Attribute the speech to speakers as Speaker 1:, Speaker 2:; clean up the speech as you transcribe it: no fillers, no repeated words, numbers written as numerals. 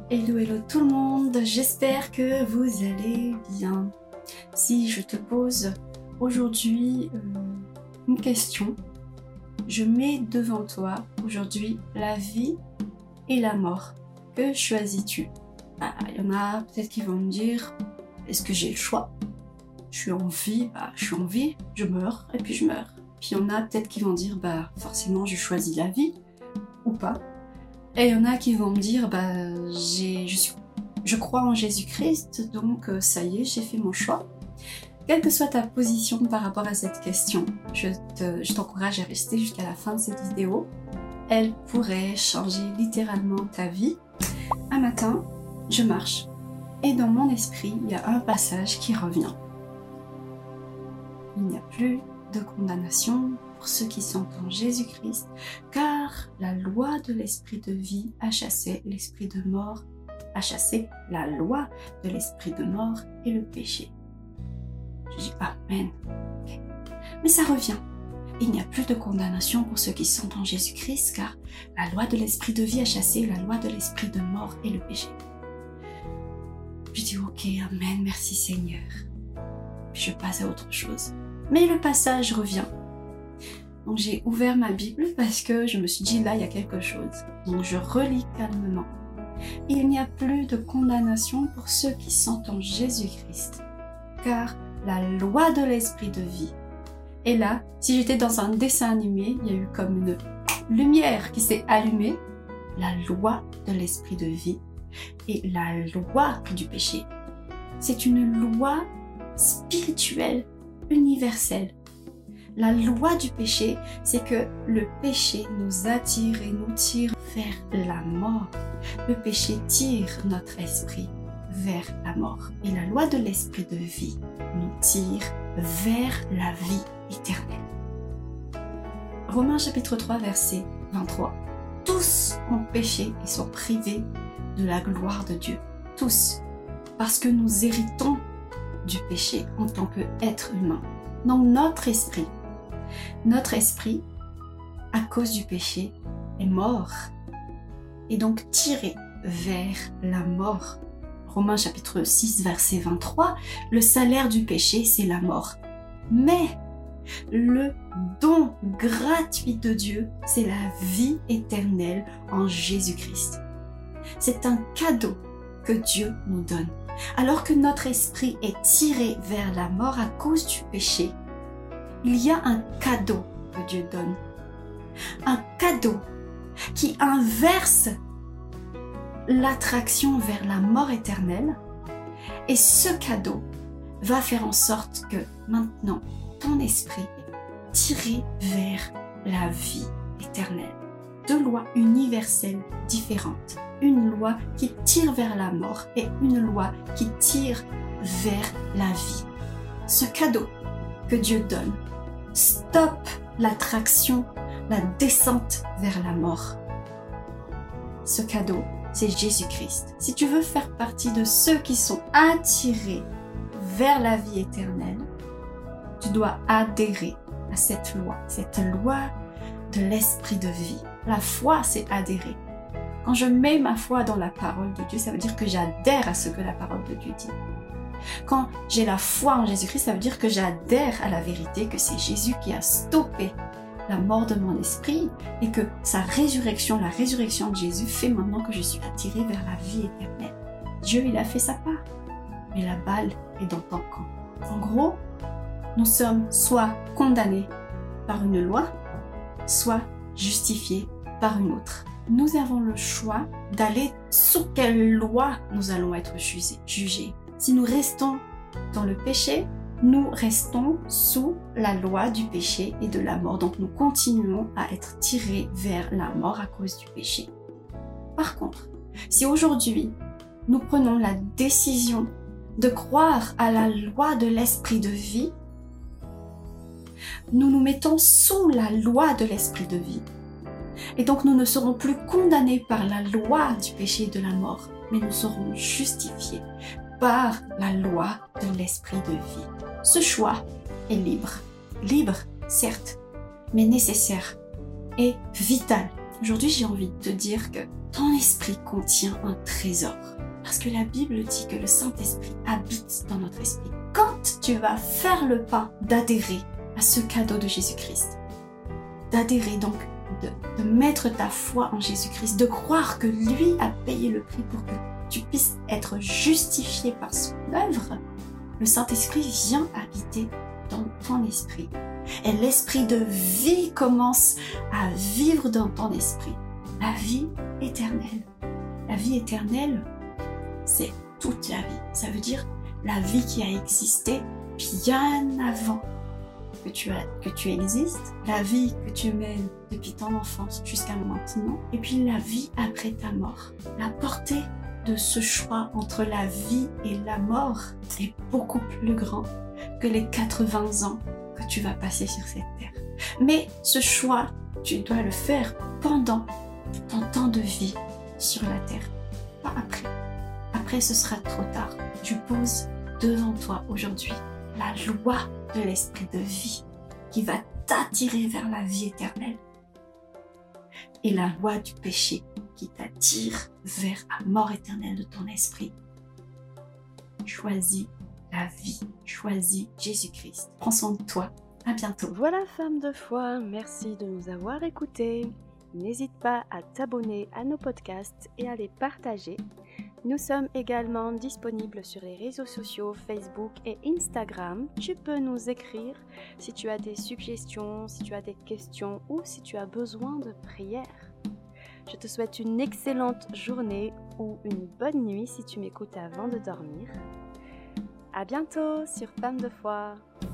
Speaker 1: Hello, hello tout le monde, j'espère que vous allez bien. Si je te pose aujourd'hui une question, je mets devant toi aujourd'hui la vie et la mort. Que choisis-tu? Il y en a peut-être qui vont me dire, est-ce que j'ai le choix? Je suis en vie, je suis en vie, je meurs et puis je meurs. Puis il y en a peut-être qui vont dire, forcément je choisis la vie ou pas. Et il y en a qui vont me dire, je crois en Jésus-Christ, donc ça y est, j'ai fait mon choix. Quelle que soit ta position par rapport à cette question, je t'encourage à rester jusqu'à la fin de cette vidéo. Elle pourrait changer littéralement ta vie. Un matin, je marche et dans mon esprit, il y a un passage qui revient. Il n'y a plus de condamnation pour ceux qui sont en Jésus-Christ, car la loi de l'esprit de vie a chassé l'esprit de mort, a chassé la loi de l'esprit de mort et le péché. Je dis Amen. Okay. Mais ça revient. Il n'y a plus de condamnation pour ceux qui sont en Jésus-Christ, car la loi de l'esprit de vie a chassé la loi de l'esprit de mort et le péché. Je dis ok, Amen, merci Seigneur. Puis je passe à autre chose. Mais le passage revient. Donc j'ai ouvert ma Bible parce que je me suis dit là il y a quelque chose. Donc je relis calmement. Il n'y a plus de condamnation pour ceux qui sont en Jésus-Christ, car la loi de l'esprit de vie. Et là, si j'étais dans un dessin animé, il y a eu comme une lumière qui s'est allumée, la loi de l'esprit de vie et la loi du péché. C'est une loi spirituelle, universelle. La loi du péché, c'est que le péché nous attire et nous tire vers la mort. Le péché tire notre esprit vers la mort. Et la loi de l'esprit de vie nous tire vers la vie éternelle. Romains chapitre 3, verset 23. Tous ont péché et sont privés de la gloire de Dieu. Tous. Parce que nous héritons du péché en tant qu'être humain. Donc notre esprit, à cause du péché, est mort et donc tiré vers la mort. Romains chapitre 6, verset 23, le salaire du péché, c'est la mort. Mais le don gratuit de Dieu, c'est la vie éternelle en Jésus-Christ. C'est un cadeau que Dieu nous donne. Alors que notre esprit est tiré vers la mort à cause du péché, il y a un cadeau que Dieu donne. Un cadeau qui inverse l'attraction vers la mort éternelle. Et ce cadeau va faire en sorte que maintenant, ton esprit est tiré vers la vie éternelle. Deux lois universelles différentes. Une loi qui tire vers la mort et une loi qui tire vers la vie. Ce cadeau que Dieu donne stoppe l'attraction, la descente vers la mort. Ce cadeau, c'est Jésus-Christ. Si tu veux faire partie de ceux qui sont attirés vers la vie éternelle, tu dois adhérer à cette loi de l'esprit de vie. La foi, c'est adhérer. Quand je mets ma foi dans la parole de Dieu, ça veut dire que j'adhère à ce que la parole de Dieu dit. Quand j'ai la foi en Jésus-Christ, ça veut dire que j'adhère à la vérité, que c'est Jésus qui a stoppé la mort de mon esprit et que sa résurrection, la résurrection de Jésus fait maintenant que je suis attirée vers la vie éternelle. Dieu, il a fait sa part, mais la balle est dans ton camp. En gros, nous sommes soit condamnés par une loi, soit justifiés par une autre. Nous avons le choix d'aller sous quelle loi nous allons être jugés. Si nous restons dans le péché, nous restons sous la loi du péché et de la mort. Donc nous continuons à être tirés vers la mort à cause du péché. Par contre, si aujourd'hui nous prenons la décision de croire à la loi de l'esprit de vie, nous nous mettons sous la loi de l'esprit de vie. Et donc nous ne serons plus condamnés par la loi du péché et de la mort, mais nous serons justifiés par la loi de l'esprit de vie. Ce choix est libre. Libre, certes, mais nécessaire et vital. Aujourd'hui, j'ai envie de te dire que ton esprit contient un trésor. Parce que la Bible dit que le Saint-Esprit habite dans notre esprit. Quand tu vas faire le pas d'adhérer à ce cadeau de Jésus-Christ, d'adhérer donc, de mettre ta foi en Jésus-Christ, de croire que lui a payé le prix pour que tu puisses être justifié par son œuvre, le Saint-Esprit vient habiter dans ton esprit. Et l'esprit de vie commence à vivre dans ton esprit. La vie éternelle. La vie éternelle, c'est toute la vie. Ça veut dire la vie qui a existé bien avant que tu existes, la vie que tu mènes depuis ton enfance jusqu'à maintenant, et puis la vie après ta mort. La portée de ce choix entre la vie et la mort est beaucoup plus grand que les 80 ans que tu vas passer sur cette terre. Mais ce choix, tu dois le faire pendant ton temps de vie sur la terre, pas après. Après, ce sera trop tard. Tu poses devant toi aujourd'hui la joie de l'esprit de vie qui va t'attirer vers la vie éternelle et la loi du péché qui t'attire vers la mort éternelle de ton esprit. Choisis la vie, choisis Jésus-Christ. Prends soin de toi. À bientôt.
Speaker 2: Voilà, femme de foi, merci de nous avoir écoutés. N'hésite pas à t'abonner à nos podcasts et à les partager. Nous sommes également disponibles sur les réseaux sociaux Facebook et Instagram. Tu peux nous écrire si tu as des suggestions, si tu as des questions ou si tu as besoin de prière. Je te souhaite une excellente journée ou une bonne nuit si tu m'écoutes avant de dormir. À bientôt sur Femme de foi.